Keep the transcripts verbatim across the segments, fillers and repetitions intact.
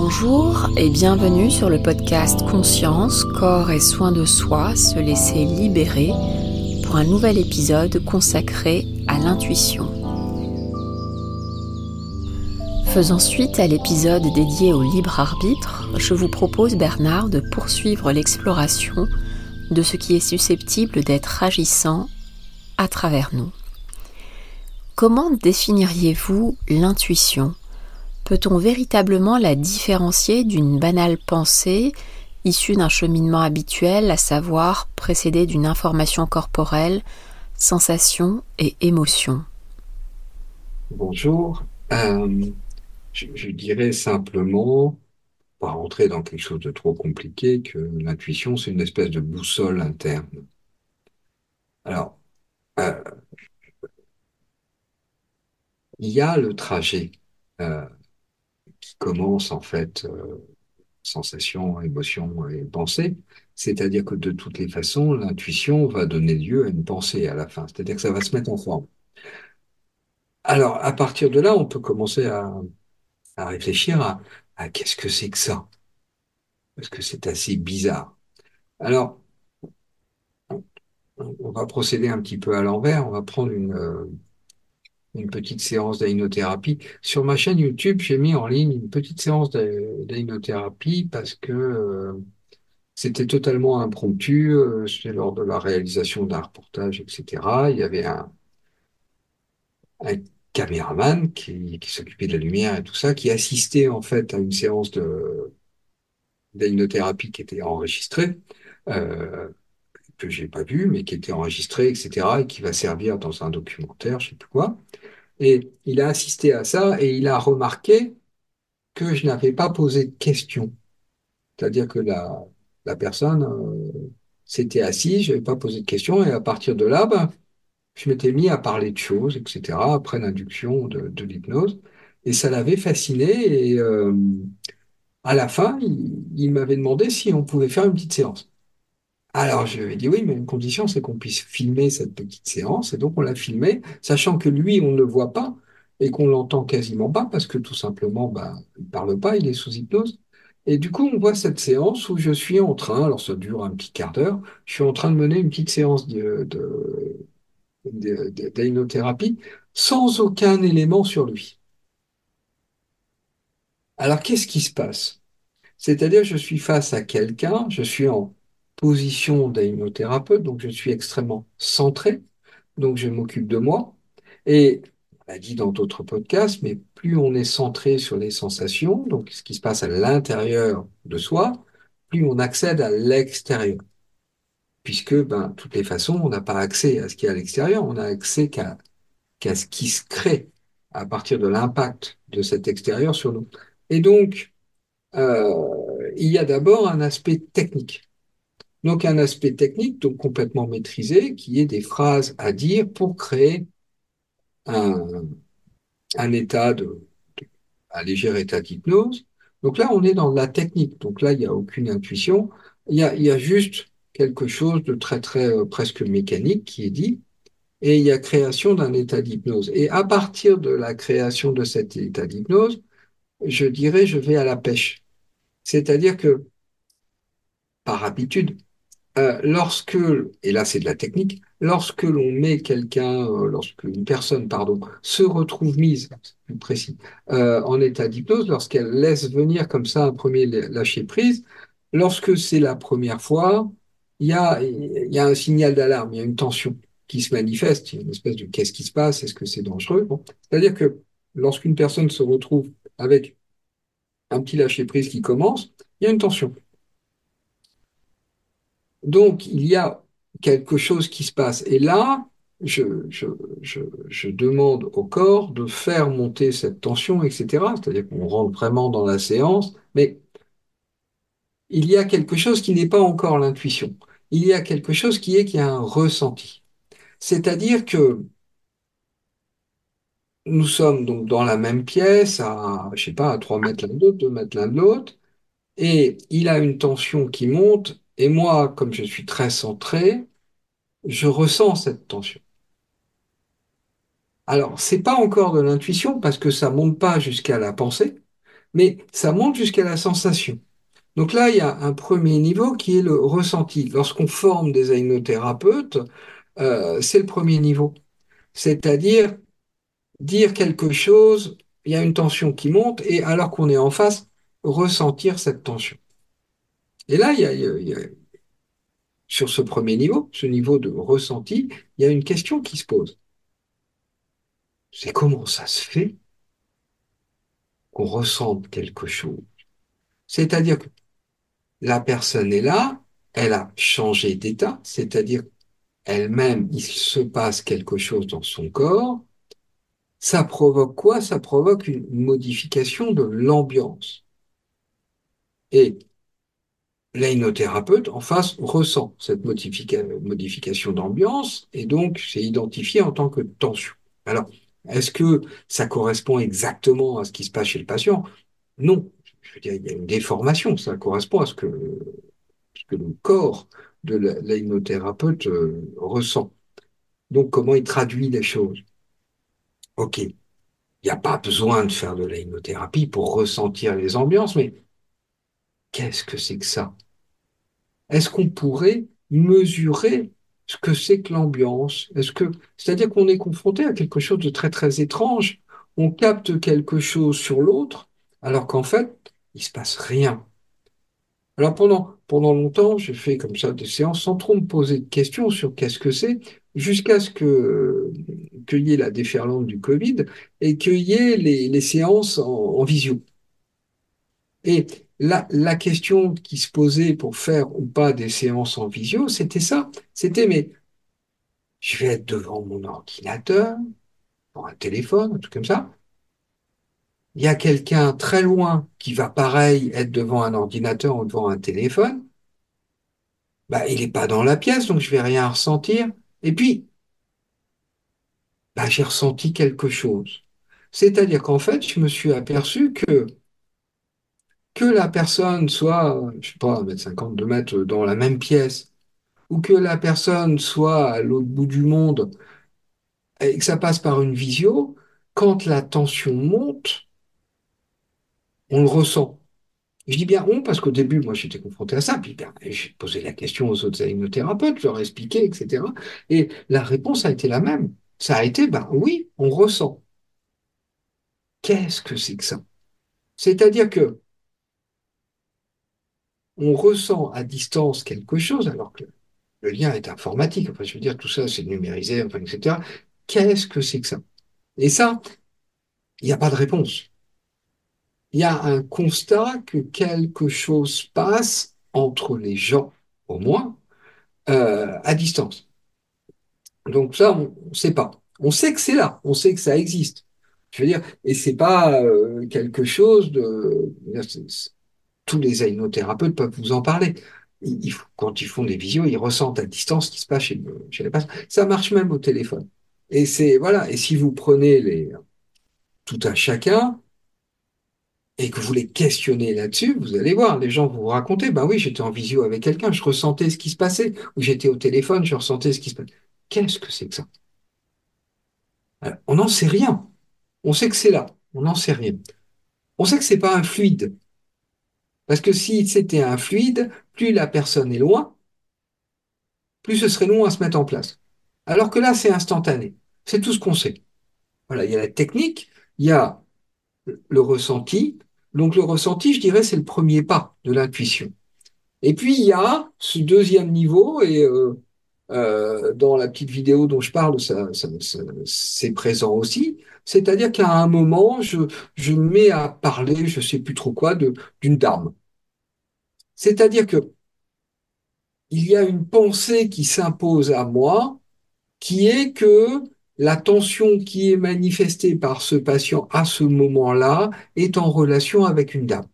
Bonjour et bienvenue sur le podcast Conscience, corps et soins de soi, se laisser libérer pour un nouvel épisode consacré à l'intuition. Faisant suite à l'épisode dédié au libre arbitre, je vous propose, Bernard, de poursuivre l'exploration de ce qui est susceptible d'être agissant à travers nous. Comment définiriez-vous l'intuition ? Peut-on véritablement la différencier d'une banale pensée issue d'un cheminement habituel, à savoir précédée d'une information corporelle, sensation et émotion ? Bonjour. Euh, je, je dirais simplement, pas rentrer dans quelque chose de trop compliqué, que l'intuition, c'est une espèce de boussole interne. Alors, euh, il y a le trajet euh, qui commence en fait euh, sensation, émotion et pensée. C'est-à-dire que de toutes les façons, l'intuition va donner lieu à une pensée à la fin. C'est-à-dire que ça va se mettre en forme. Alors, à partir de là, on peut commencer à, à réfléchir à, à qu'est-ce que c'est que ça? Parce que c'est assez bizarre. Alors, on va procéder un petit peu à l'envers. On va prendre une, euh, une petite séance d'hypnothérapie. Sur ma chaîne YouTube, j'ai mis en ligne une petite séance d'hypnothérapie parce que euh, c'était totalement impromptu. Euh, C'était lors de la réalisation d'un reportage, et cetera. Il y avait un, un caméraman qui, qui s'occupait de la lumière et tout ça, qui assistait en fait à une séance de d'hypnothérapie qui était enregistrée. Euh, que j'ai pas vue, mais qui était enregistrée, et cetera, et qui va servir dans un documentaire, je sais plus quoi. Et il a assisté à ça et il a remarqué que je n'avais pas posé de questions. C'est-à-dire que la, la personne euh, s'était assise, je n'avais pas posé de questions et à partir de là, ben, je m'étais mis à parler de choses, et cetera, après l'induction de, de l'hypnose. Et ça l'avait fasciné et euh, à la fin, il, il m'avait demandé si on pouvait faire une petite séance. Alors, je lui ai dit oui, mais une condition, c'est qu'on puisse filmer cette petite séance. Et donc, on l'a filmé, sachant que lui, on ne le voit pas et qu'on l'entend quasiment pas parce que tout simplement, bah, il ne parle pas, il est sous hypnose. Et du coup, on voit cette séance où je suis en train, alors ça dure un petit quart d'heure, je suis en train de mener une petite séance de, de, de- de- d'hypnothérapie sans aucun élément sur lui. Alors, qu'est-ce qui se passe? C'est-à-dire, je suis face à quelqu'un, je suis en position d'hypnothérapeute, donc je suis extrêmement centré, donc je m'occupe de moi. Et on l'a dit dans d'autres podcasts, mais plus on est centré sur les sensations, donc ce qui se passe à l'intérieur de soi, plus on accède à l'extérieur. Puisque, ben, de toutes les façons, on n'a pas accès à ce qui est à l'extérieur, on n'a accès qu'à qu'à ce qui se crée à partir de l'impact de cet extérieur sur nous. Et donc, euh, il y a d'abord un aspect technique. Donc un aspect technique, donc complètement maîtrisé, qui est des phrases à dire pour créer un, un état de, un léger état d'hypnose. Donc là, on est dans la technique. Donc là, il n'y a aucune intuition. Il y a, il y a juste quelque chose de très, très euh, presque mécanique qui est dit. Et il y a création d'un état d'hypnose. Et à partir de la création de cet état d'hypnose, je dirais, je vais à la pêche. C'est-à-dire que, par habitude, Euh, lorsque, et là c'est de la technique, lorsque l'on met quelqu'un, euh, lorsque une personne, pardon, se retrouve mise, c'est plus précis, euh, en état d'hypnose, lorsqu'elle laisse venir comme ça un premier lâcher prise, lorsque c'est la première fois, il y a, il y a un signal d'alarme, il y a une tension qui se manifeste, il y a une espèce de qu'est-ce qui se passe, est-ce que c'est dangereux? Bon. C'est-à-dire que lorsqu'une personne se retrouve avec un petit lâcher prise qui commence, il y a une tension. Donc, il y a quelque chose qui se passe. Et là, je, je, je, je demande au corps de faire monter cette tension, et cetera. C'est-à-dire qu'on rentre vraiment dans la séance, mais il y a quelque chose qui n'est pas encore l'intuition. Il y a quelque chose qui est qu'il y a un ressenti. C'est-à-dire que nous sommes donc dans la même pièce, à, je sais pas, à trois mètres l'un de l'autre, deux mètres l'un de l'autre, et il a une tension qui monte, et moi, comme je suis très centré, je ressens cette tension. Alors, c'est pas encore de l'intuition parce que ça monte pas jusqu'à la pensée, mais ça monte jusqu'à la sensation. Donc là, il y a un premier niveau qui est le ressenti. Lorsqu'on forme des hypnothérapeutes, euh, c'est le premier niveau. C'est-à-dire dire quelque chose, il y a une tension qui monte, et alors qu'on est en face, ressentir cette tension. Et là, il y a, il y a- il y a- sur ce premier niveau, ce niveau de ressenti, il y a une question qui se pose. C'est comment ça se fait qu'on ressente quelque chose? C'est-à-dire que la personne est là, elle a changé d'état, c'est-à-dire elle-même, il se passe quelque chose dans son corps. Ça provoque quoi? Ça provoque une modification de l'ambiance. Et l'hypnothérapeute en face ressent cette modifica- modification d'ambiance et donc c'est identifié en tant que tension. Alors, est-ce que ça correspond exactement à ce qui se passe chez le patient? Non. Je veux dire, il y a une déformation. Ça correspond à ce que, ce que le corps de la- l'hypnothérapeute euh, ressent. Donc, comment il traduit les choses? OK, il n'y a pas besoin de faire de la hypnothérapie pour ressentir les ambiances, mais qu'est-ce que c'est que ça? Est-ce qu'on pourrait mesurer ce que c'est que l'ambiance? Est-ce que, c'est-à-dire qu'on est confronté à quelque chose de très très étrange. On capte quelque chose sur l'autre, alors qu'en fait, il se passe rien. Alors pendant, pendant longtemps, j'ai fait comme ça des séances sans trop me poser de questions sur qu'est-ce que c'est, jusqu'à ce que qu'il y ait la déferlante du Covid et qu'il y ait les, les séances en, en visio. Et la, la question qui se posait pour faire ou pas des séances en visio, c'était ça. C'était, mais je vais être devant mon ordinateur, pour un téléphone, un truc comme ça. Il y a quelqu'un très loin qui va pareil être devant un ordinateur ou devant un téléphone. Bah, il n'est pas dans la pièce, donc je vais rien ressentir. Et puis, bah, j'ai ressenti quelque chose. C'est-à-dire qu'en fait, je me suis aperçu que que la personne soit, je sais pas, un mètre cinquante, deux mètres dans la même pièce, ou que la personne soit à l'autre bout du monde et que ça passe par une visio, quand la tension monte, on le ressent. Je dis bien on parce qu'au début, moi, j'étais confronté à ça, puis ben, j'ai posé la question aux autres hypnothérapeutes, je leur ai expliqué, et cetera. Et la réponse a été la même. Ça a été, ben oui, on ressent. Qu'est-ce que c'est que ça? C'est-à-dire que on ressent à distance quelque chose, alors que le lien est informatique. Enfin, je veux dire, tout ça, c'est numérisé, enfin, et cetera. Qu'est-ce que c'est que ça? Et ça, il n'y a pas de réponse. Il y a un constat que quelque chose passe entre les gens, au moins, euh, à distance. Donc ça, on ne sait pas. On sait que c'est là, on sait que ça existe. Je veux dire, et c'est pas euh, quelque chose de... c'est- c'est- Tous les hypnothérapeutes peuvent vous en parler. Ils- ils- quand ils font des visios, ils ressentent à distance ce qui se passe chez, le- chez les patients. Ça marche même au téléphone. Et c'est, voilà. Et si vous prenez les, tout un chacun, et que vous les questionnez là-dessus, vous allez voir, les gens vont vous raconter, ben oui, j'étais en visio avec quelqu'un, je ressentais ce qui se passait, ou j'étais au téléphone, je ressentais ce qui se passait. Qu'est-ce que c'est que ça? Alors, on n'en sait rien. On sait que c'est là. On n'en sait rien. On sait que c'est pas un fluide. Parce que si c'était un fluide, plus la personne est loin, plus ce serait long à se mettre en place. Alors que là, c'est instantané. C'est tout ce qu'on sait. Voilà, il y a la technique, il y a le ressenti. Donc le ressenti, je dirais, c'est le premier pas de l'intuition. Et puis, il y a ce deuxième niveau, et euh, euh, dans la petite vidéo dont je parle, ça, ça- ça- c'est présent aussi. C'est-à-dire qu'à un moment, je, je me mets à parler, je sais plus trop quoi, de, d'une dame. C'est-à-dire que il y a une pensée qui s'impose à moi, qui est que la tension qui est manifestée par ce patient à ce moment-là est en relation avec une dame.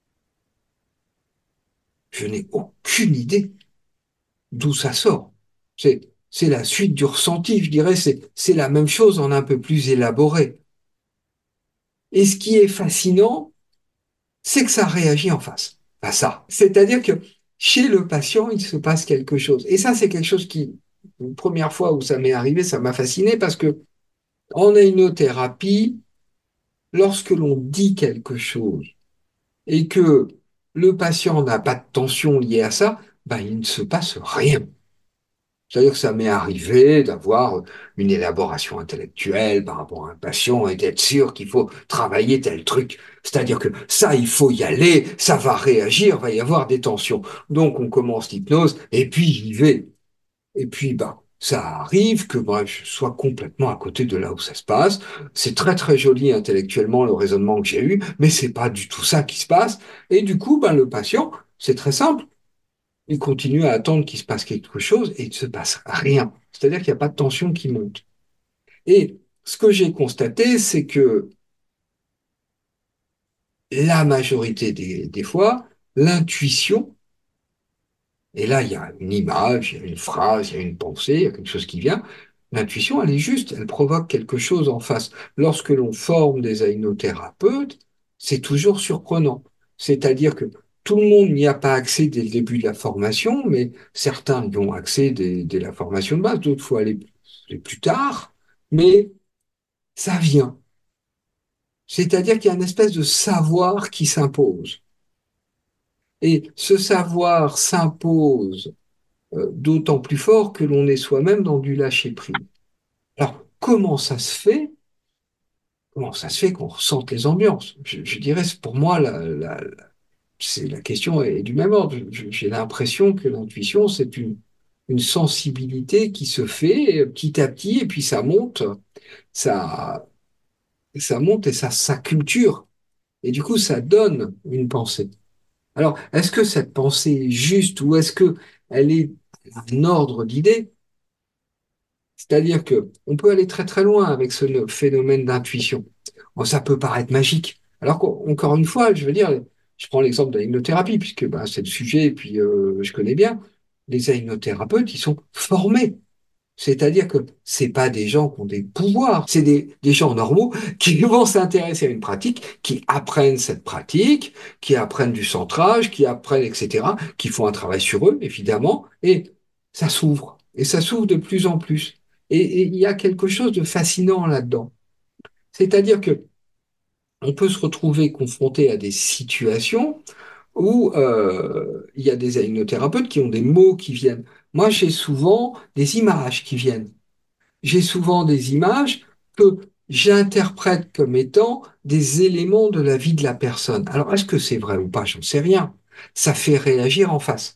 Je n'ai aucune idée d'où ça sort. C'est, c'est la suite du ressenti, je dirais, c'est, c'est la même chose en un peu plus élaboré. Et ce qui est fascinant, c'est que ça réagit en face à ça. C'est-à-dire que chez le patient, il se passe quelque chose. Et ça, c'est quelque chose qui, une première fois où ça m'est arrivé, ça m'a fasciné parce que en hypnothérapie, lorsque l'on dit quelque chose, et que le patient n'a pas de tension liée à ça, ben, il ne se passe rien. C'est-à-dire que ça m'est arrivé d'avoir une élaboration intellectuelle par rapport à un patient et d'être sûr qu'il faut travailler tel truc. C'est-à-dire que ça, il faut y aller, ça va réagir, va y avoir des tensions. Donc on commence l'hypnose et puis j'y vais. Et puis bah ça arrive que moi je sois complètement à côté de là où ça se passe. C'est très très joli intellectuellement le raisonnement que j'ai eu, mais c'est pas du tout ça qui se passe. Et du coup, ben le patient, c'est très simple. Il continue à attendre qu'il se passe quelque chose et il ne se passe rien. C'est-à-dire qu'il n'y a pas de tension qui monte. Et ce que j'ai constaté, c'est que la majorité des, des fois, l'intuition, et là il y a une image, il y a une phrase, il y a une pensée, il y a quelque chose qui vient, l'intuition, elle est juste, elle provoque quelque chose en face. Lorsque l'on forme des hypnothérapeutes, c'est toujours surprenant. C'est-à-dire que tout le monde n'y a pas accès dès le début de la formation, mais certains y ont accès dès, dès la formation de base, d'autres, il faut aller, aller plus tard, mais ça vient. C'est-à-dire qu'il y a une espèce de savoir qui s'impose. Et ce savoir s'impose euh, d'autant plus fort que l'on est soi-même dans du lâcher-prise. Alors, comment ça se fait? Comment ça se fait qu'on ressente les ambiances? Je, je dirais, c'est pour moi, la, la, c'est, la question est du même ordre. Je- J'ai l'impression que l'intuition, c'est une, une sensibilité qui se fait petit à petit, et puis ça monte, ça, ça monte et ça s'acculture. Et du coup, ça donne une pensée. Alors, est-ce que cette pensée est juste ou est-ce que elle est un ordre d'idées? C'est-à-dire que on peut aller très très loin avec ce no- phénomène d'intuition. Bon, ça peut paraître magique. Alors qu'encore une fois, je veux dire, je prends l'exemple de la hypnothérapie, puisque bah, c'est le sujet et puis euh, je connais bien. Les hypnothérapeutes, ils sont formés. C'est-à-dire que c'est pas des gens qui ont des pouvoirs, c'est des, des gens normaux qui vont s'intéresser à une pratique, qui apprennent cette pratique, qui apprennent du centrage, qui apprennent, et cetera, qui font un travail sur eux, évidemment, et ça s'ouvre. Et ça s'ouvre de plus en plus. Et, et il y a quelque chose de fascinant là-dedans. C'est-à-dire que on peut se retrouver confronté à des situations où euh, il y a des hypnothérapeutes qui ont des mots qui viennent. Moi, j'ai souvent des images qui viennent. J'ai souvent des images que j'interprète comme étant des éléments de la vie de la personne. Alors, est-ce que c'est vrai ou pas? J'en sais rien. Ça fait réagir en face.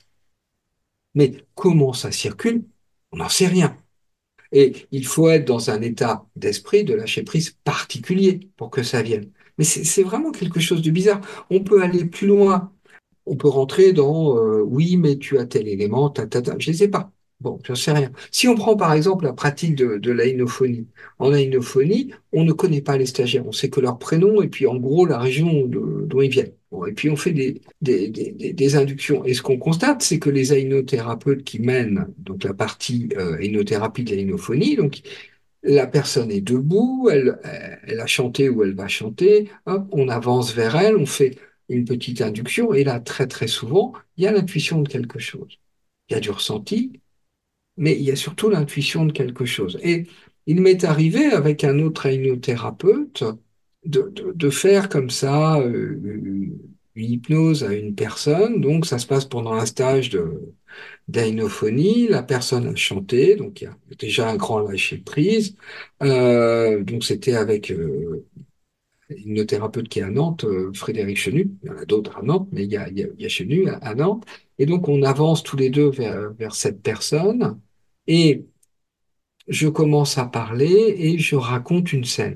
Mais comment ça circule? On n'en sait rien. Et il faut être dans un état d'esprit de lâcher prise particulier pour que ça vienne. Mais c'est c'est vraiment quelque chose de bizarre. On peut aller plus loin. On peut rentrer dans euh, oui, mais tu as tel élément, ta, ta, ta. Je ne sais pas. Bon, j'en sais rien. Si on prend par exemple la pratique de, de la hainophonie. En hainophonie, on ne connaît pas les stagiaires. On sait que leur prénom et puis en gros la région de- dont ils viennent. Bon, et puis on fait des, des, des, des- des inductions. Et ce qu'on constate, c'est que les hainothérapeutes qui mènent donc la partie euh, hainothérapie de la hainophonie, donc la personne est debout, elle, elle a chanté ou elle va chanter, hop, on avance vers elle, on fait une petite induction, et là, très très souvent, il y a l'intuition de quelque chose. Il y a du ressenti, mais il y a surtout l'intuition de quelque chose. Et il m'est arrivé avec un autre hypnothérapeute de, de, de faire comme ça euh, une hypnose à une personne, donc ça se passe pendant un stage de d'hainophonie, la personne a chanté, donc il y a déjà un grand lâcher-prise. Euh, donc c'était avec euh, une hypnothérapeute qui est à Nantes, euh, Frédéric Chenu, il y en a d'autres à Nantes, mais il y a, il y a, il y a Chenu à, à Nantes. Et donc on avance tous les deux vers, vers cette personne, et je commence à parler et je raconte une scène.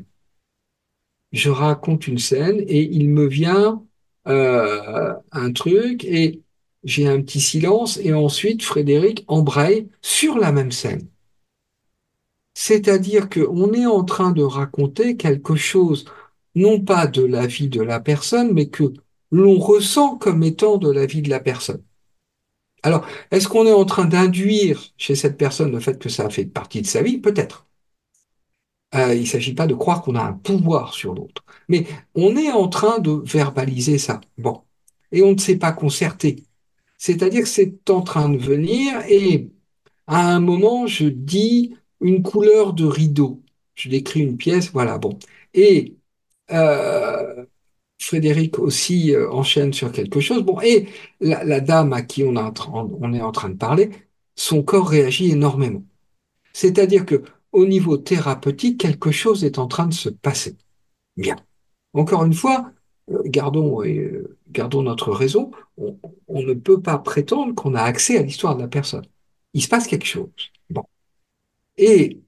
Je raconte une scène et il me vient euh, un truc et j'ai un petit silence et ensuite Frédéric embraye sur la même scène. C'est-à-dire qu'on est en train de raconter quelque chose, non pas de la vie de la personne, mais que l'on ressent comme étant de la vie de la personne. Alors, est-ce qu'on est en train d'induire chez cette personne le fait que ça a fait partie de sa vie? Peut-être. Euh, il ne s'agit pas de croire qu'on a un pouvoir sur l'autre. Mais on est en train de verbaliser ça. Bon. Et on ne s'est pas concerté. C'est-à-dire que c'est en train de venir et à un moment, je dis une couleur de rideau. Je décris une pièce, voilà, bon. Et euh, Frédéric aussi euh, enchaîne sur quelque chose. Bon, et la, la dame à qui on, a en train- on est en train de parler, son corps réagit énormément. C'est-à-dire que au niveau thérapeutique, quelque chose est en train de se passer. Bien. Encore une fois, euh, gardons, euh, gardons notre raison. On, on ne peut pas prétendre qu'on a accès à l'histoire de la personne. Il se passe quelque chose. Bon. Et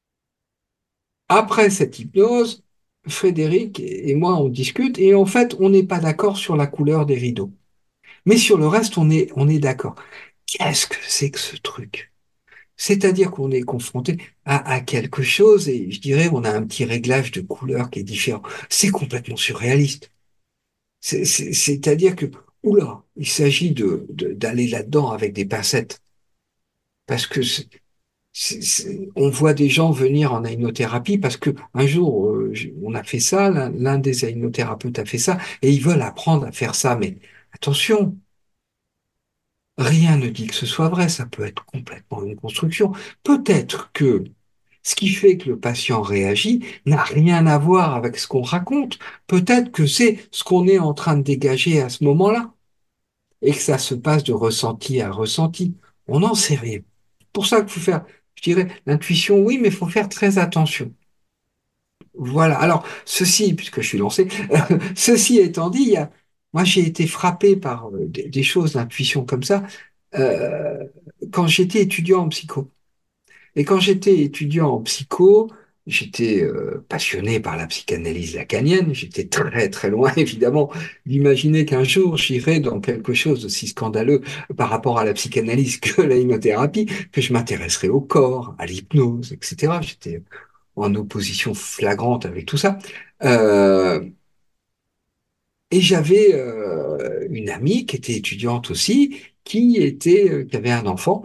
après cette hypnose, Frédéric et moi, on discute et en fait, on n'est pas d'accord sur la couleur des rideaux. Mais sur le reste, on est, on est d'accord. Qu'est-ce que c'est que ce truc? C'est-à-dire qu'on est confronté à, à quelque chose et je dirais on a un petit réglage de couleur qui est différent. C'est complètement surréaliste. C'est- c'est- C'est-à-dire que, oula, il s'agit de, de- d'aller là-dedans avec des pincettes. Parce que c'est- c'est- c'est- on voit des gens venir en hypnothérapie parce que un jour, euh, j- on a fait ça, l'un l'un des hypnothérapeutes a fait ça, et ils veulent apprendre à faire ça. Mais attention, rien ne dit que ce soit vrai, ça peut être complètement une construction. Peut-être que ce qui fait que le patient réagit n'a rien à voir avec ce qu'on raconte. Peut-être que c'est ce qu'on est en train de dégager à ce moment-là et que ça se passe de ressenti à ressenti. On n'en sait rien. Pour ça qu'il faut faire, je dirais, l'intuition, oui, mais il faut faire très attention. Voilà. Alors, ceci, puisque je suis lancé, ceci étant dit, il y a, moi j'ai été frappé par euh, des, des choses d'intuition comme ça euh, quand j'étais étudiant en psycho. Et quand j'étais étudiant en psycho, j'étais euh, passionné par la psychanalyse lacanienne. J'étais très très loin, évidemment, d'imaginer qu'un jour j'irais dans quelque chose d'aussi scandaleux par rapport à la psychanalyse que la hypnothérapie, que je m'intéresserais au corps, à l'hypnose, et cetera. J'étais en opposition flagrante avec tout ça. Euh, et j'avais euh, une amie qui était étudiante aussi, qui était, euh, qui avait un enfant.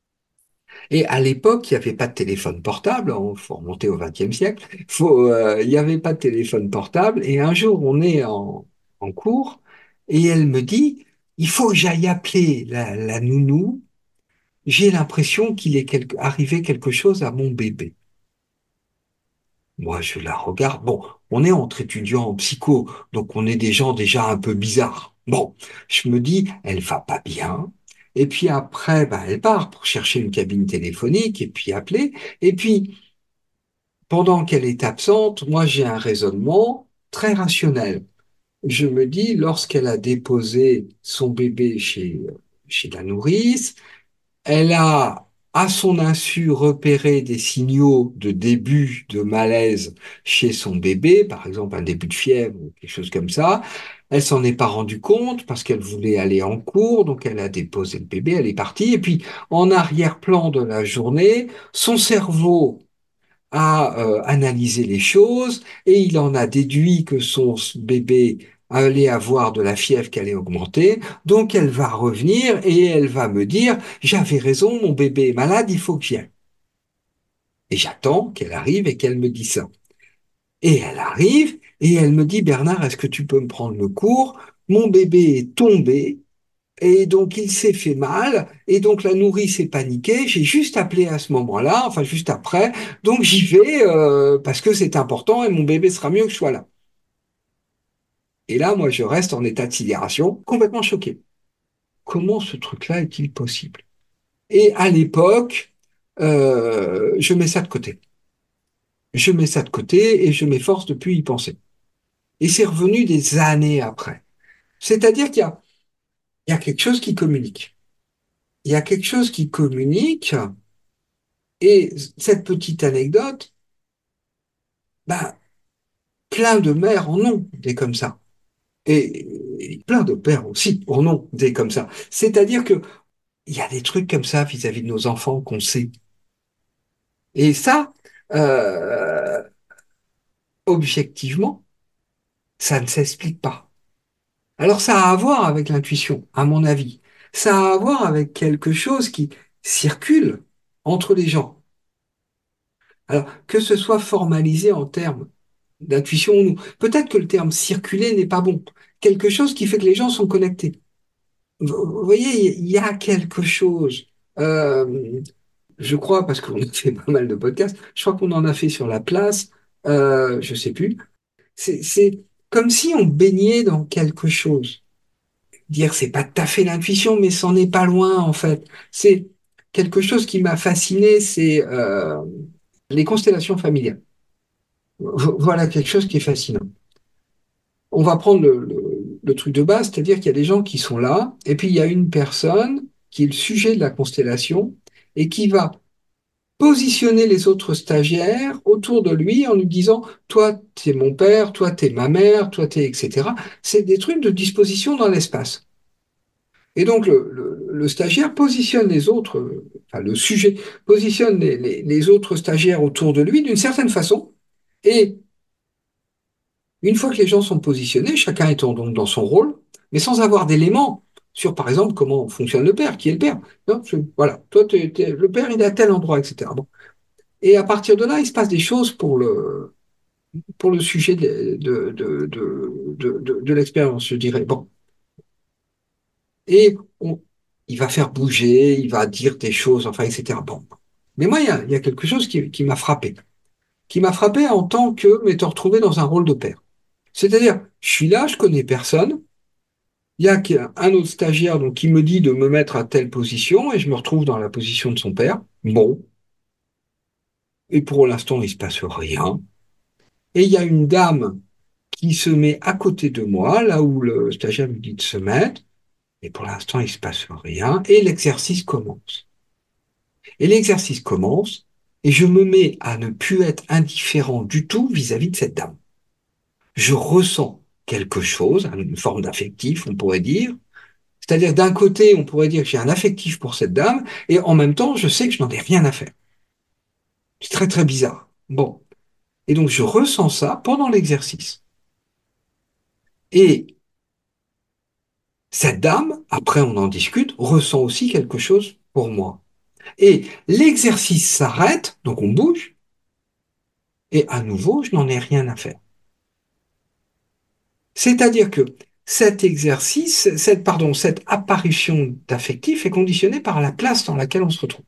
Et à l'époque, il n'y avait pas de téléphone portable, il faut remonter au vingtième siècle, faut, euh, il n'y avait pas de téléphone portable, et un jour, on est en, en cours, et elle me dit, il faut que j'aille appeler la, la nounou, j'ai l'impression qu'il est quelque- arrivé quelque chose à mon bébé. Moi, je la regarde. Bon, on est entre étudiants en psycho, donc on est des gens déjà un peu bizarres. Bon, je me dis, elle va pas bien. Et puis après, bah, elle part pour chercher une cabine téléphonique et puis appeler. Et puis, pendant qu'elle est absente, moi, j'ai un raisonnement très rationnel. Je me dis, lorsqu'elle a déposé son bébé chez, chez la nourrice, elle a, à son insu, repéré des signaux de début de malaise chez son bébé, par exemple un début de fièvre ou quelque chose comme ça. Elle s'en est pas rendue compte parce qu'elle voulait aller en cours, donc elle a déposé le bébé, elle est partie. Et puis, en arrière-plan de la journée, son cerveau a euh, analysé les choses et il en a déduit que son bébé allait avoir de la fièvre qui allait augmenter. Donc elle va revenir et elle va me dire, j'avais raison, mon bébé est malade, il faut que j'y aille. Et j'attends qu'elle arrive et qu'elle me dise ça. Et elle arrive et elle me dit, Bernard, est-ce que tu peux me prendre le cours? Mon bébé est tombé. Et donc, il s'est fait mal, et donc la nourrice est paniquée. J'ai juste appelé à ce moment-là, enfin juste après. Donc, j'y vais euh, parce que c'est important et mon bébé sera mieux que je sois là. Et là, moi, je reste en état de sidération, complètement choqué. Comment ce truc-là est-il possible? Et à l'époque, euh, je mets ça de côté. Je mets ça de côté et je m'efforce de plus y penser. Et c'est revenu des années après. C'est-à-dire qu'il y a, il y a quelque chose qui communique. Il y a quelque chose qui communique. Et cette petite anecdote, ben, plein de mères en ont des comme ça. Et, et plein de pères aussi en ont des comme ça. C'est-à-dire que il y a des trucs comme ça vis-à-vis de nos enfants qu'on sait. Et ça, euh, objectivement, ça ne s'explique pas. Alors ça a à voir avec l'intuition, à mon avis. Ça a à voir avec quelque chose qui circule entre les gens. Alors, que ce soit formalisé en termes d'intuition ou non. Peut-être que le terme circuler n'est pas bon. Quelque chose qui fait que les gens sont connectés. Vous, vous voyez, il y a quelque chose. Euh, je crois, parce qu'on a fait pas mal de podcasts, je crois qu'on en a fait sur la place, euh, je sais plus. C'est, c'est, comme si on baignait dans quelque chose. Dire c'est pas tout à fait l'intuition, mais c'en est pas loin en fait. C'est quelque chose qui m'a fasciné, c'est euh, les constellations familiales. Vo- Voilà quelque chose qui est fascinant. On va prendre le, le- le truc de base, c'est-à-dire qu'il y a des gens qui sont là, et puis il y a une personne qui est le sujet de la constellation et qui va positionner les autres stagiaires autour de lui en lui disant, toi, t'es mon père, toi, t'es ma mère, toi, t'es, et cetera. C'est des trucs de disposition dans l'espace. Et donc, le, le- le stagiaire positionne les autres, euh, enfin, le sujet positionne les, les- les autres stagiaires autour de lui d'une certaine façon. Et une fois que les gens sont positionnés, chacun étant donc dans son rôle, mais sans avoir d'éléments sur, par exemple, comment fonctionne le père, qui est le père. Non, je- voilà, toi, t'es- t'es- le père, il est à tel endroit, et cetera. Bon. Et à partir de là, il se passe des choses pour le, pour le sujet de, de, de, de, de, de- de l'expérience, je dirais. Bon. Et on- il va faire bouger, il va dire des choses, enfin, et cetera. Bon. Mais moi, il y a, il y a quelque chose qui, qui m'a frappé, qui m'a frappé en tant que m'étant retrouvé dans un rôle de père. C'est-à-dire, je suis là, je connais personne, il y a qu'un- un autre stagiaire donc, qui me dit de me mettre à telle position et je me retrouve dans la position de son père. Bon, et pour l'instant, il se passe rien. Et il y a une dame qui se met à côté de moi, là où le stagiaire lui dit de se mettre, et pour l'instant, il se passe rien, et l'exercice commence. Et l'exercice commence, et je me mets à ne plus être indifférent du tout vis-à-vis de cette dame. Je ressens quelque chose, une forme d'affectif, on pourrait dire. C'est-à-dire, d'un côté, on pourrait dire que j'ai un affectif pour cette dame, et en même temps, je sais que je n'en ai rien à faire. C'est très, très bizarre. Bon. Et donc, je ressens ça pendant l'exercice. Et cette dame, après on en discute, ressent aussi quelque chose pour moi. Et l'exercice s'arrête, donc on bouge, et à nouveau, je n'en ai rien à faire. C'est-à-dire que cet exercice, cette, pardon, cette apparition d'affectif est conditionnée par la place dans laquelle on se retrouve.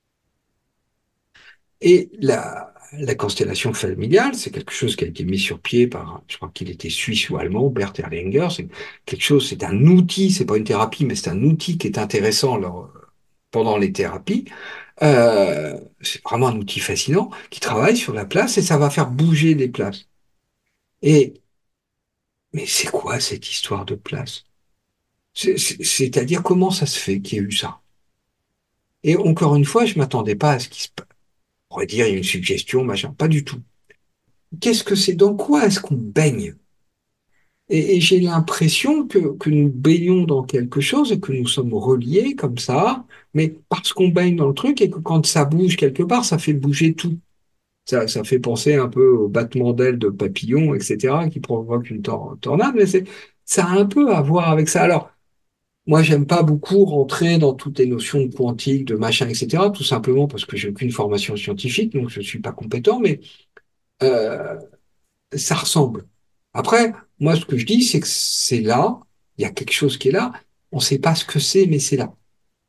Et la, la constellation familiale, c'est quelque chose qui a été mis sur pied par, je crois qu'il était suisse ou allemand, Bert Hellinger. C'est quelque chose, c'est un outil, c'est pas une thérapie, mais c'est un outil qui est intéressant alors, pendant les thérapies. Euh, c'est vraiment un outil fascinant qui travaille sur la place et ça va faire bouger les places. Et mais c'est quoi cette histoire de place? C'est- c'est- C'est-à-dire comment ça se fait qu'il y ait eu ça? Et encore une fois, je m'attendais pas à ce qui se passe. On pourrait dire il y a une suggestion, machin, pas du tout. Qu'est-ce que c'est? Dans quoi est-ce qu'on baigne? Et, et j'ai l'impression que, que nous baignons dans quelque chose et que nous sommes reliés comme ça, mais parce qu'on baigne dans le truc et que quand ça bouge quelque part, ça fait bouger tout. Ça, ça fait penser un peu au battement d'ailes de papillons, et cetera, qui provoque une tor- tornade, mais c'est, ça a un peu à voir avec ça. Alors, moi, j'aime pas beaucoup rentrer dans toutes les notions de quantique, de machin, et cetera, tout simplement parce que j'ai aucune formation scientifique, donc je suis pas compétent, mais euh, ça ressemble. Après, moi, ce que je dis, c'est que c'est là, il y a quelque chose qui est là, on sait pas ce que c'est, mais c'est là.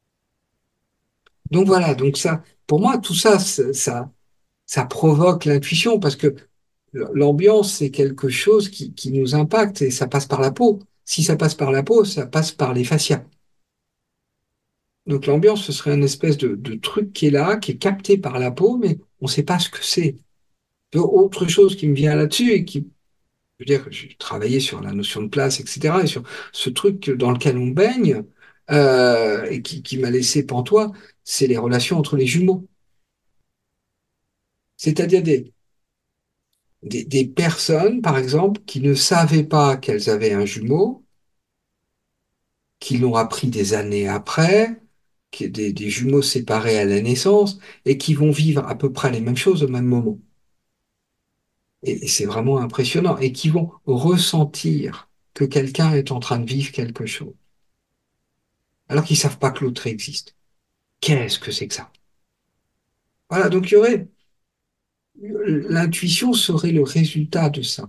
Donc voilà, donc ça, pour moi, tout ça, ça, ça, ça provoque l'intuition parce que l'ambiance, c'est quelque chose qui, qui nous impacte et ça passe par la peau. Si ça passe par la peau, ça passe par les fascias. Donc l'ambiance, ce serait une espèce de, de truc qui est là, qui est capté par la peau, mais on ne sait pas ce que c'est. Autre chose qui me vient là-dessus et qui, je veux dire, j'ai travaillé sur la notion de place, et cetera, et sur ce truc dans lequel on baigne, euh, et qui, qui m'a laissé pantois, c'est les relations entre les jumeaux. C'est-à-dire des, des, des personnes, par exemple, qui ne savaient pas qu'elles avaient un jumeau, qui l'ont appris des années après, qui des, des jumeaux séparés à la naissance, et qui vont vivre à peu près les mêmes choses au même moment. Et, et c'est vraiment impressionnant, et qui vont ressentir que quelqu'un est en train de vivre quelque chose, alors qu'ils savent pas que l'autre existe. Qu'est-ce que c'est que ça? Voilà, donc il y aurait, l'intuition serait le résultat de ça.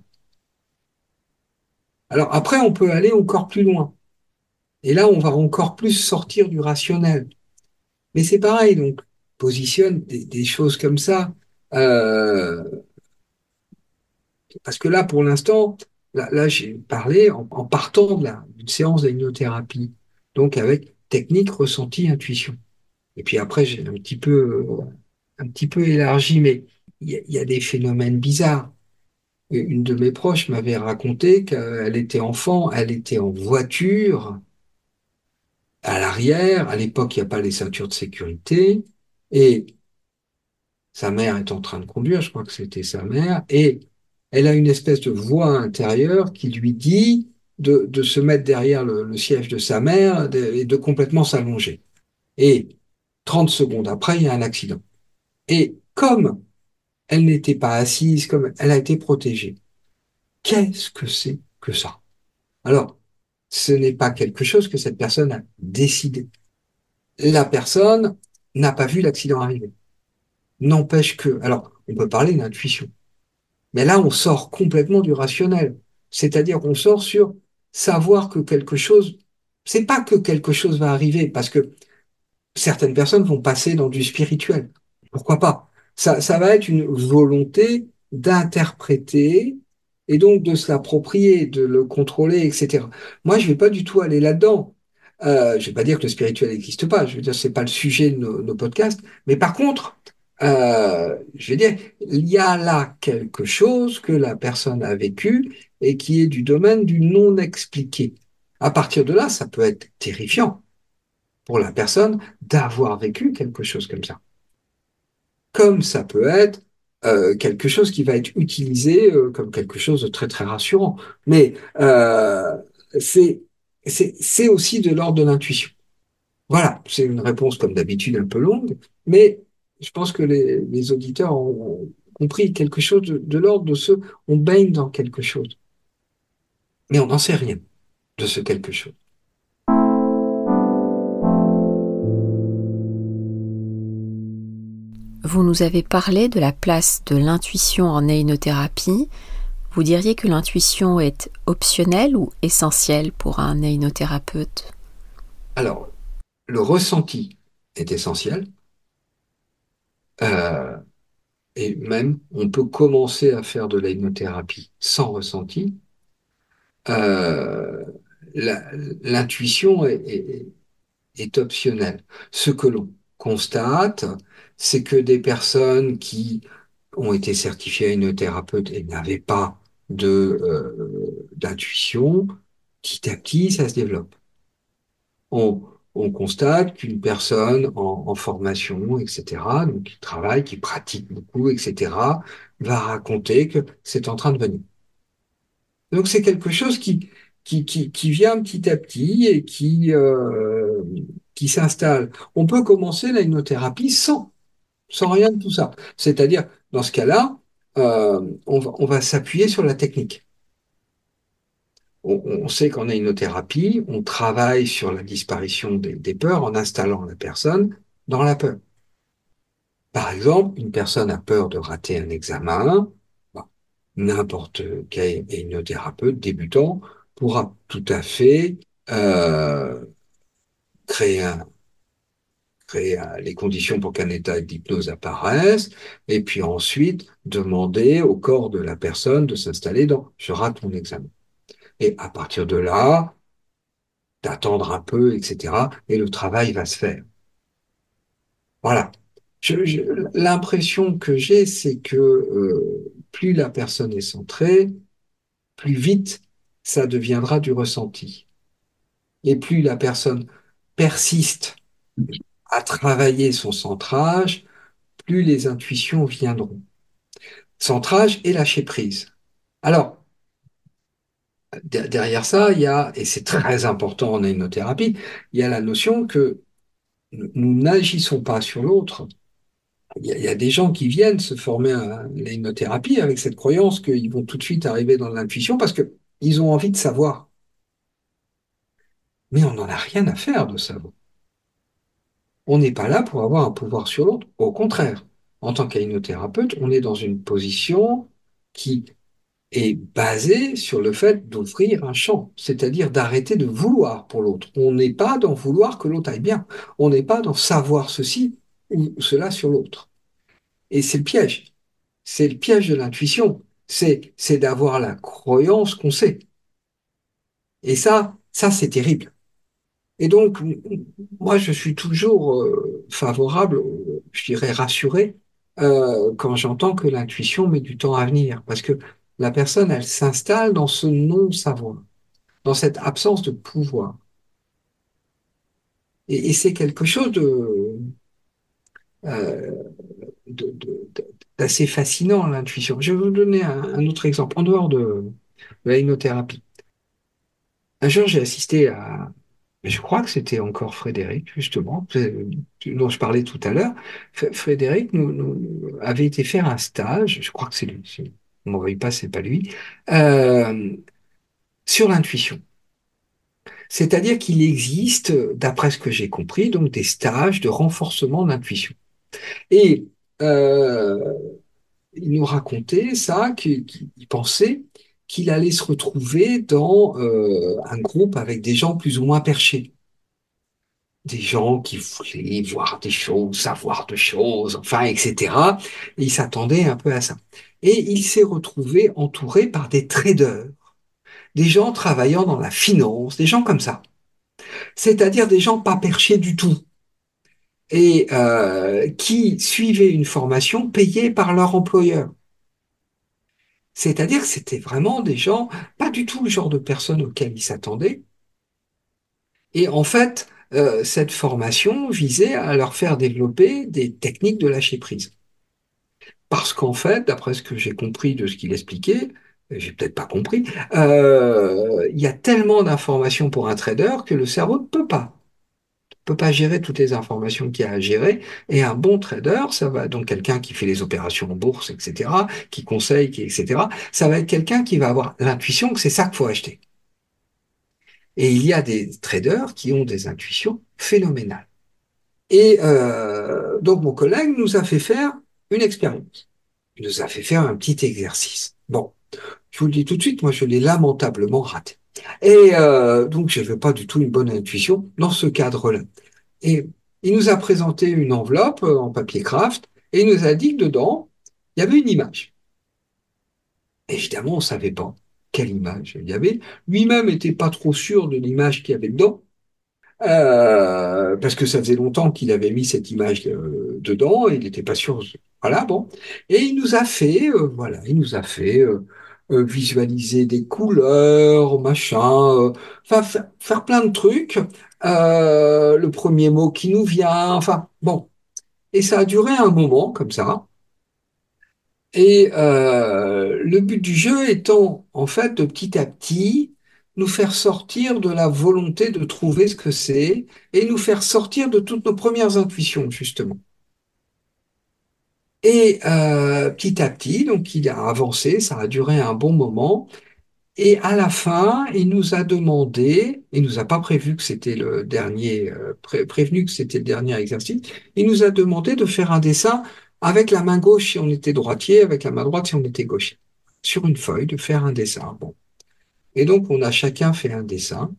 Alors après, on peut aller encore plus loin. Et là, on va encore plus sortir du rationnel. Mais c'est pareil, donc, positionne des, des choses comme ça. Euh, parce que là, pour l'instant, Là, là, j'ai parlé en, en partant de la, d'une séance d'hypnothérapie, donc avec technique, ressenti, intuition. Et puis après, j'ai un petit peu, euh, un petit peu élargi, mais il y, a il y a des phénomènes bizarres. Une de mes proches m'avait raconté qu'elle était enfant, elle était en voiture, à l'arrière. À l'époque, il n'y a pas les ceintures de sécurité. Et sa mère est en train de conduire, je crois que c'était sa mère, et elle a une espèce de voix intérieure qui lui dit de, de se mettre derrière le, le siège de sa mère de- et de complètement s'allonger. Et trente secondes après, il y a un accident. Et comme elle n'était pas assise, comme elle a été protégée, qu'est-ce que c'est que ça? Alors, ce n'est pas quelque chose que cette personne a décidé. La personne n'a pas vu l'accident arriver. N'empêche que, alors, on peut parler d'intuition. Mais là, on sort complètement du rationnel. C'est-à-dire qu'on sort sur savoir que quelque chose, c'est pas que quelque chose va arriver, parce que certaines personnes vont passer dans du spirituel. Pourquoi pas? Ça, ça va être une volonté d'interpréter et donc de se l'approprier, de le contrôler, et cetera. Moi, je vais pas du tout aller là-dedans. Euh, je vais pas dire que le spirituel n'existe pas. Je veux dire, c'est pas le sujet de nos, nos podcasts. Mais par contre, euh, je vais dire, il y a là quelque chose que la personne a vécu et qui est du domaine du non expliqué. À partir de là, ça peut être terrifiant pour la personne d'avoir vécu quelque chose comme ça. Comme ça peut être euh, quelque chose qui va être utilisé euh, comme quelque chose de très très rassurant. Mais euh, c'est c'est c'est aussi de l'ordre de l'intuition. Voilà, c'est une réponse comme d'habitude un peu longue, mais je pense que les, les auditeurs ont compris quelque chose de, de l'ordre de ce on baigne dans quelque chose, mais on n'en sait rien de ce quelque chose. Vous nous avez parlé de la place de l'intuition en hypnothérapie. Vous diriez que l'intuition est optionnelle ou essentielle pour un hypnothérapeute? Alors, le ressenti est essentiel. Euh, Et même, on peut commencer à faire de la hypnothérapie sans ressenti. Euh, la- L'intuition est, est- est optionnelle. Ce que l'on constate, c'est que des personnes qui ont été certifiées hypnothérapeutes et n'avaient pas de, euh, d'intuition, petit à petit, ça se développe. On, on constate qu'une personne en, en formation, et cetera, donc qui travaille, qui pratique beaucoup, et cetera, va raconter que c'est en train de venir. Donc c'est quelque chose qui, qui, qui, qui vient petit à petit et qui, euh, qui s'installe. On peut commencer la hypnothérapie sans, sans rien de tout ça. C'est-à-dire, dans ce cas-là, euh, on va, on va s'appuyer sur la technique. On, on sait qu'en hypnothérapie, on travaille sur la disparition des, des peurs en installant la personne dans la peur. Par exemple, une personne a peur de rater un examen. Bon, n'importe quel hypnothérapeute débutant pourra tout à fait euh, créer, un, créer un- les conditions pour qu'un état d'hypnose apparaisse, et puis ensuite demander au corps de la personne de s'installer dans je rate mon examen. Et à partir de là, d'attendre un peu, et cetera. Et le travail va se faire. Voilà. Je- je- l'impression que j'ai, c'est que euh, plus la personne est centrée, plus vite ça deviendra du ressenti. Et plus la personne persiste à travailler son centrage, plus les intuitions viendront. Centrage et lâcher prise. Alors, de- derrière ça, il y a, et c'est très important en hypnothérapie, il y a la notion que nous n'agissons pas sur l'autre. Il y, a, il y a des gens qui viennent se former à l'hypnothérapie avec cette croyance qu'ils vont tout de suite arriver dans l'intuition parce que ils ont envie de savoir. Mais on n'en a rien à faire de savoir. On n'est pas là pour avoir un pouvoir sur l'autre. Au contraire, en tant qu'hypnothérapeute, on est dans une position qui est basée sur le fait d'ouvrir un champ, c'est-à-dire d'arrêter de vouloir pour l'autre. On n'est pas dans vouloir que l'autre aille bien. On n'est pas dans savoir ceci ou cela sur l'autre. Et c'est le piège. C'est le piège de l'intuition. c'est, c'est d'avoir la croyance qu'on sait. Et ça, ça, c'est terrible. Et donc, moi, je suis toujours euh, favorable, euh, je dirais rassuré, euh, quand j'entends que l'intuition met du temps à venir, parce que la personne, elle s'installe dans ce non-savoir, dans cette absence de pouvoir. Et, et c'est quelque chose de, euh, de- de- de- d'assez fascinant, l'intuition. Je vais vous donner un, un autre exemple, en dehors de, de la hypnothérapie. Un jour, j'ai assisté à, je crois que c'était encore Frédéric, justement, euh, dont je parlais tout à l'heure. F- Frédéric nous, nous- avait été faire un stage, je crois que c'est lui, si on ne m'envoie pas, c'est pas lui, euh, sur l'intuition. C'est-à-dire qu'il existe, d'après ce que j'ai compris, donc des stages de renforcement d'intuition. Et euh, il nous racontait ça, qu'il qu'il pensait qu'il allait se retrouver dans euh, un groupe avec des gens plus ou moins perchés. Des gens qui voulaient voir des choses, savoir de choses, enfin, et cetera. Et il s'attendait un peu à ça. Et il s'est retrouvé entouré par des traders, des gens travaillant dans la finance, des gens comme ça. C'est-à-dire des gens pas perchés du tout et euh, qui suivaient une formation payée par leur employeur. C'est-à-dire que c'était vraiment des gens, pas du tout le genre de personnes auxquelles il s'attendait. Et en fait, euh, cette formation visait à leur faire développer des techniques de lâcher prise. Parce qu'en fait, d'après ce que j'ai compris de ce qu'il expliquait, et j'ai peut-être pas compris, euh, il y a tellement d'informations pour un trader que le cerveau ne peut pas, peut pas gérer toutes les informations qu'il y a à gérer. Et un bon trader, ça va donc quelqu'un qui fait les opérations en bourse, et cetera, qui conseille, qui, et cetera. Ça va être quelqu'un qui va avoir l'intuition que c'est ça qu'il faut acheter. Et il y a des traders qui ont des intuitions phénoménales. Et euh, donc mon collègue nous a fait faire une expérience. Il nous a fait faire un petit exercice. Bon, je vous le dis tout de suite, moi je l'ai lamentablement raté. Et euh, donc je n'avais pas du tout une bonne intuition dans ce cadre-là. Et il nous a présenté une enveloppe euh, en papier craft et il nous a dit que dedans, il y avait une image. Évidemment, on ne savait pas quelle image il y avait. Lui-même n'était pas trop sûr de l'image qu'il y avait dedans. Euh, parce que ça faisait longtemps qu'il avait mis cette image euh, dedans et il n'était pas sûr. Voilà, bon. Et il nous a fait, euh, voilà, il nous a fait euh, euh, visualiser des couleurs, machin, euh, enfin, fa- faire plein de trucs. Euh, le premier mot qui nous vient, enfin, bon. Et ça a duré un moment comme ça. Et euh, le but du jeu étant, en fait, de petit à petit, nous faire sortir de la volonté de trouver ce que c'est et nous faire sortir de toutes nos premières intuitions, justement. Et euh, petit à petit, donc il a avancé, ça a duré un bon moment. Et à la fin, il nous a demandé, il nous a pas prévu que c'était le dernier, euh, pré- prévenu que c'était le dernier exercice, il nous a demandé de faire un dessin avec la main gauche si on était droitier, avec la main droite si on était gaucher. Sur une feuille, de faire un dessin. Bon. Et donc, on a chacun fait un dessin.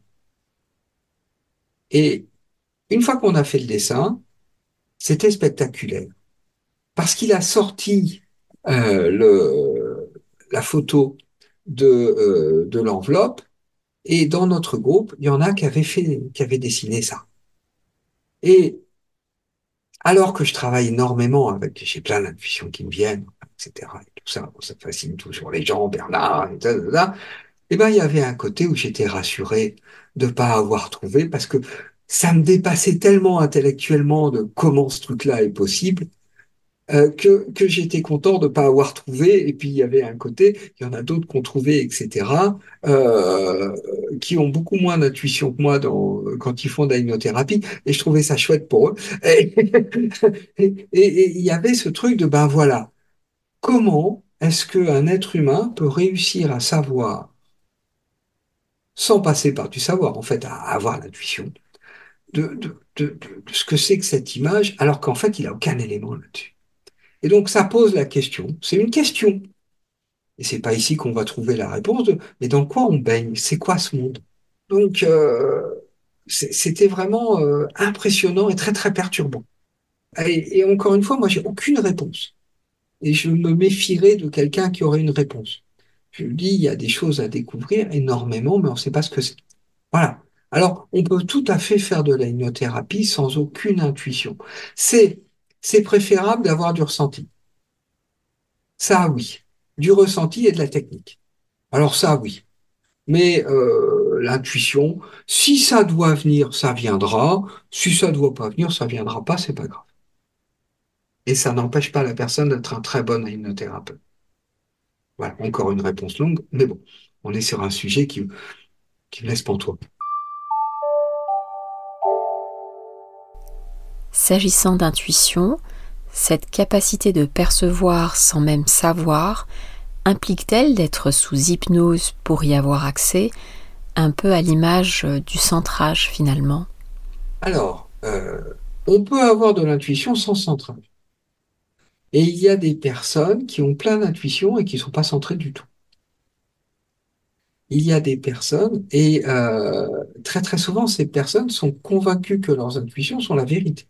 Et une fois qu'on a fait le dessin, c'était spectaculaire. Parce qu'il a sorti euh, le, la photo de, euh, de l'enveloppe. Et dans notre groupe, il y en a qui avaient fait, qui avaient dessiné ça. Et alors que je travaille énormément avec, j'ai plein d'intuitions qui me viennent, et cetera. Et tout ça, bon, ça fascine toujours les gens, Bernard, et ça, ça, ça. Et ben, il y avait un côté où j'étais rassuré de pas avoir trouvé parce que ça me dépassait tellement intellectuellement de comment ce truc-là est possible euh, que, que j'étais content de ne pas avoir trouvé. Et puis il y avait un côté, il y en a d'autres qui ont trouvé, et cetera, euh, qui ont beaucoup moins d'intuition que moi dans, quand ils font de la hypnothérapie. Et je trouvais ça chouette pour eux. Et, et, et il y avait ce truc de, ben voilà, comment est-ce qu'un être humain peut réussir à savoir, sans passer par du savoir, en fait, à avoir l'intuition de, de, de, de, de ce que c'est que cette image, alors qu'en fait, il n'a aucun élément là-dessus. Et donc, ça pose la question. C'est une question. Et c'est pas ici qu'on va trouver la réponse de, mais dans quoi on baigne? C'est quoi ce monde? Donc, euh, c'est- c'était vraiment euh, impressionnant et très, très perturbant. Et, et encore une fois, moi, j'ai aucune réponse. Et je me méfierais de quelqu'un qui aurait une réponse. Je dis, il y a des choses à découvrir énormément, mais on ne sait pas ce que c'est. Voilà. Alors, on peut tout à fait faire de la hypnothérapie sans aucune intuition. C'est, c'est préférable d'avoir du ressenti. Ça, oui. Du ressenti et de la technique. Alors ça, oui. Mais euh, l'intuition, si ça doit venir, ça viendra. Si ça ne doit pas venir, ça viendra pas, c'est pas grave. Et ça n'empêche pas la personne d'être un très bon hypnothérapeute. Voilà, encore une réponse longue, mais bon, on est sur un sujet qui, qui me laisse pantois. S'agissant d'intuition, cette capacité de percevoir sans même savoir implique-t-elle d'être sous hypnose pour y avoir accès, un peu à l'image du centrage finalement? Alors, euh, on peut avoir de l'intuition sans centrage. Et il y a des personnes qui ont plein d'intuition et qui ne sont pas centrées du tout. Il y a des personnes, et euh, très très souvent, ces personnes sont convaincues que leurs intuitions sont la vérité.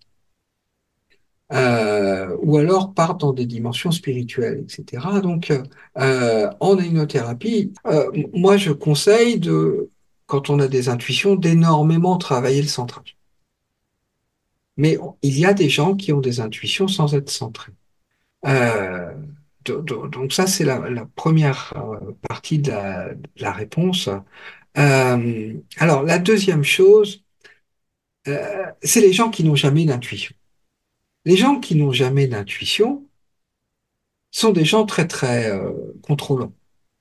Euh, ou alors partent dans des dimensions spirituelles, et cetera. Donc, euh, en hypnothérapie, euh, moi je conseille de, quand on a des intuitions, d'énormément travailler le centrage. Mais il y a des gens qui ont des intuitions sans être centrés. Euh, do- do- donc ça, c'est la, la première euh, partie de la, de la réponse. Euh, alors, la deuxième chose, euh, c'est les gens qui n'ont jamais d'intuition. Les gens qui n'ont jamais d'intuition sont des gens très, très euh, contrôlants.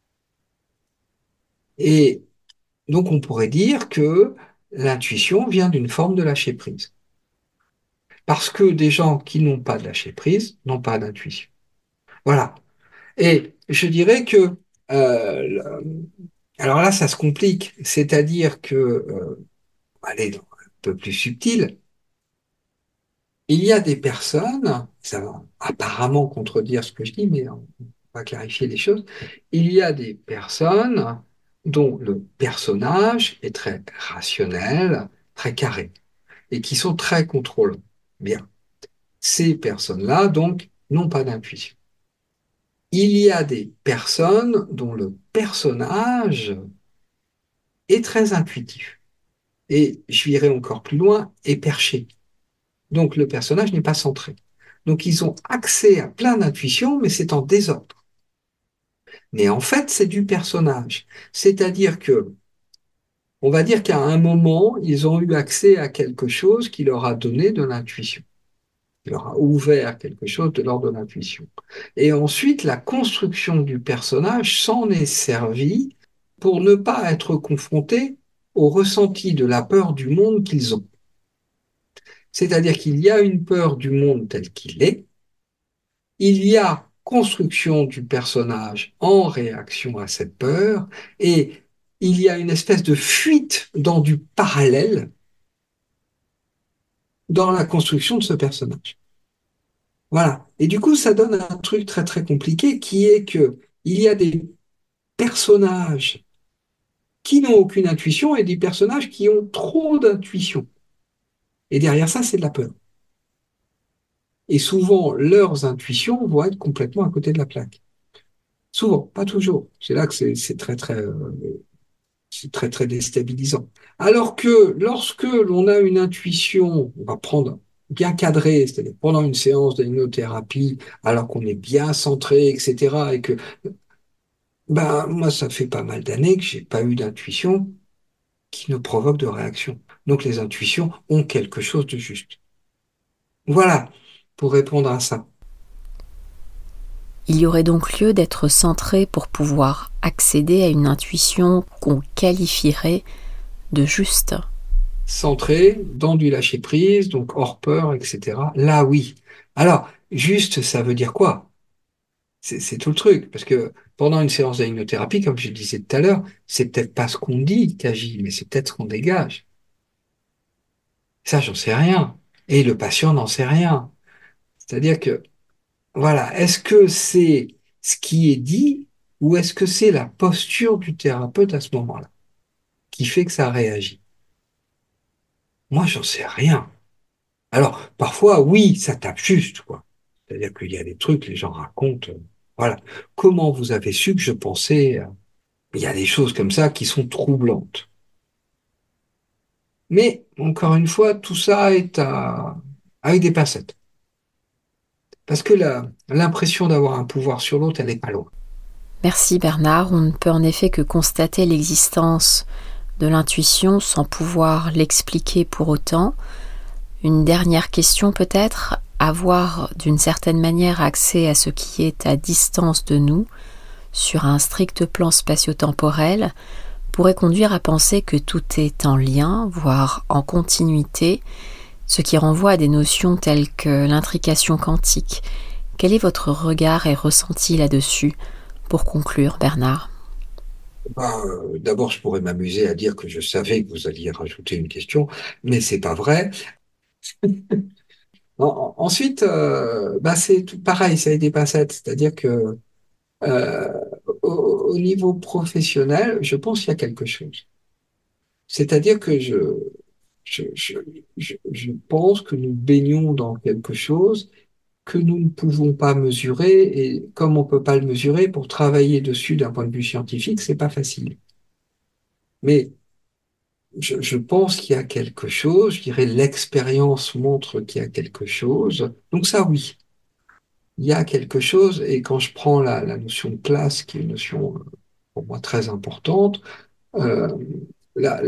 Et donc, on pourrait dire que l'intuition vient d'une forme de lâcher prise. Parce que des gens qui n'ont pas de lâcher prise n'ont pas d'intuition. Voilà. Et je dirais que, euh, le- alors là, ça se complique. C'est-à-dire que, euh, allez, un peu plus subtil, il y a des personnes, ça va apparemment contredire ce que je dis, mais on va clarifier les choses. Il y a des personnes dont le personnage est très rationnel, très carré, et qui sont très contrôlants. Bien. Ces personnes-là, donc, n'ont pas d'intuition. Il y a des personnes dont le personnage est très intuitif. Et je irai encore plus loin, est perché. Donc le personnage n'est pas centré. Donc ils ont accès à plein d'intuitions, mais c'est en désordre. Mais en fait, c'est du personnage. C'est-à-dire que, on va dire qu'à un moment, ils ont eu accès à quelque chose qui leur a donné de l'intuition, qui leur a ouvert quelque chose de l'ordre de l'intuition. Et ensuite, la construction du personnage s'en est servie pour ne pas être confronté au ressenti de la peur du monde qu'ils ont. C'est-à-dire qu'il y a une peur du monde tel qu'il est, il y a construction du personnage en réaction à cette peur, et il y a une espèce de fuite dans du parallèle dans la construction de ce personnage. Voilà. Et du coup, ça donne un truc très très compliqué qui est que il y a des personnages qui n'ont aucune intuition et des personnages qui ont trop d'intuition. Et derrière ça, c'est de la peur. Et souvent, leurs intuitions vont être complètement à côté de la plaque. Souvent, pas toujours. C'est là que c'est c'est très, très, euh, c'est très, très déstabilisant. Alors que lorsque l'on a une intuition, on va prendre bien cadrée, c'est-à-dire pendant une séance d'hypnothérapie, alors qu'on est bien centré, et cetera, et que, ben, moi, ça fait pas mal d'années que j'ai pas eu d'intuition qui ne provoque de réaction. Donc, les intuitions ont quelque chose de juste. Voilà, pour répondre à ça. Il y aurait donc lieu d'être centré pour pouvoir accéder à une intuition qu'on qualifierait de juste. Centré dans du lâcher-prise, donc hors peur, et cetera. Là, oui. Alors, juste, ça veut dire quoi? C'est c'est tout le truc, parce que pendant une séance d'hypnothérapie, comme je disais tout à l'heure, c'est peut-être pas ce qu'on dit qui agit, mais c'est peut-être ce qu'on dégage. Ça, j'en sais rien. Et le patient n'en sait rien. C'est-à-dire que, voilà, est-ce que c'est ce qui est dit ou est-ce que c'est la posture du thérapeute à ce moment-là qui fait que ça réagit? Moi, j'en sais rien. Alors, parfois, oui, ça tape juste, quoi. C'est-à-dire qu'il y a des trucs, les gens racontent. euh, Voilà. Comment vous avez su que je pensais... euh, Il y a des choses comme ça qui sont troublantes. Mais, encore une fois, tout ça est à... avec des pincettes. Parce que la- l'impression d'avoir un pouvoir sur l'autre, elle n'est pas loin. Merci Bernard, on ne peut en effet que constater l'existence de l'intuition sans pouvoir l'expliquer pour autant. Une dernière question peut-être, avoir d'une certaine manière accès à ce qui est à distance de nous, sur un strict plan spatio-temporel, pourrait conduire à penser que tout est en lien, voire en continuité, ce qui renvoie à des notions telles que l'intrication quantique. Quel est votre regard et ressenti là-dessus, pour conclure, Bernard? Ben, euh, d'abord, je pourrais m'amuser à dire que je savais que vous alliez rajouter une question, mais c'est pas vrai. En- en- ensuite, euh, ben, c'est tout pareil, ça a des pincettes, c'est-à-dire que euh, au, au niveau professionnel, je pense qu'il y a quelque chose. C'est-à-dire que je, je, je, je, je pense que nous baignons dans quelque chose que nous ne pouvons pas mesurer, et comme on ne peut pas le mesurer, pour travailler dessus d'un point de vue scientifique, c'est pas facile. Mais je, je pense qu'il y a quelque chose, je dirais l'expérience montre qu'il y a quelque chose. Donc ça, oui, il y a quelque chose, et quand je prends la, la notion de classe, qui est une notion euh, pour moi très importante, euh, la-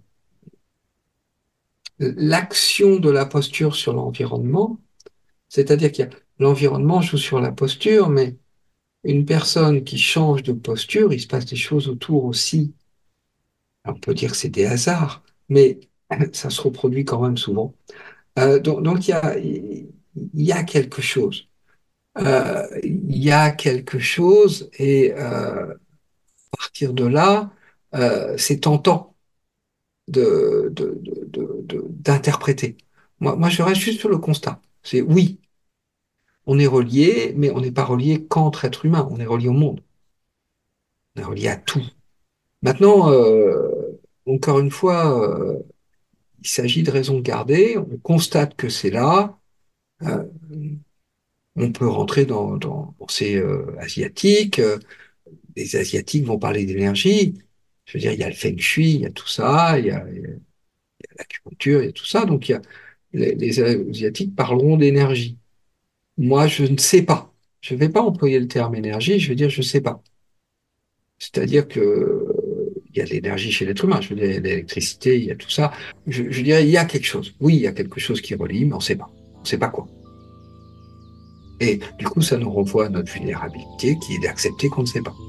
l'action de la posture sur l'environnement, c'est-à-dire qu'il y a l'environnement joue sur la posture, mais une personne qui change de posture, il se passe des choses autour aussi. Alors, on peut dire que c'est des hasards, mais ça se reproduit quand même souvent. Euh, donc, donc il y a, il y a quelque chose. Euh, il y a quelque chose et euh, à partir de là, euh, c'est tentant de, de, de, de- de- d'interpréter. Moi, moi, je reste juste sur le constat. C'est oui, on est relié, mais on n'est pas relié qu'entre êtres humains. On est relié au monde. On est relié à tout. Maintenant, euh, encore une fois, euh, il s'agit de raison garder. On constate que c'est là. Euh, on peut rentrer dans, dans, dans ces euh, asiatiques. Euh, les asiatiques vont parler d'énergie. Je veux dire, il y a le feng shui, il y a tout ça, il y a, il y a l'acupuncture, il y a tout ça. Donc, il y a, les, les asiatiques parleront d'énergie. Moi, je ne sais pas. Je ne vais pas employer le terme énergie. Je vais dire, je ne sais pas. C'est-à-dire que euh, il y a de l'énergie chez l'être humain. Je veux dire, il y a de l'électricité, il y a tout ça. Je, je dirais, il y a quelque chose. Oui, il y a quelque chose qui relie, mais on ne sait pas. On ne sait pas quoi. Et du coup, ça nous renvoie à notre vulnérabilité, qui est d'accepter qu'on ne sait pas.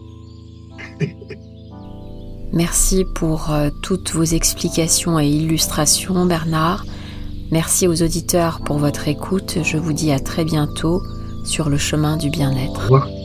Merci pour euh, toutes vos explications et illustrations, Bernard. Merci aux auditeurs pour votre écoute. Je vous dis à très bientôt sur le chemin du bien-être. Au revoir.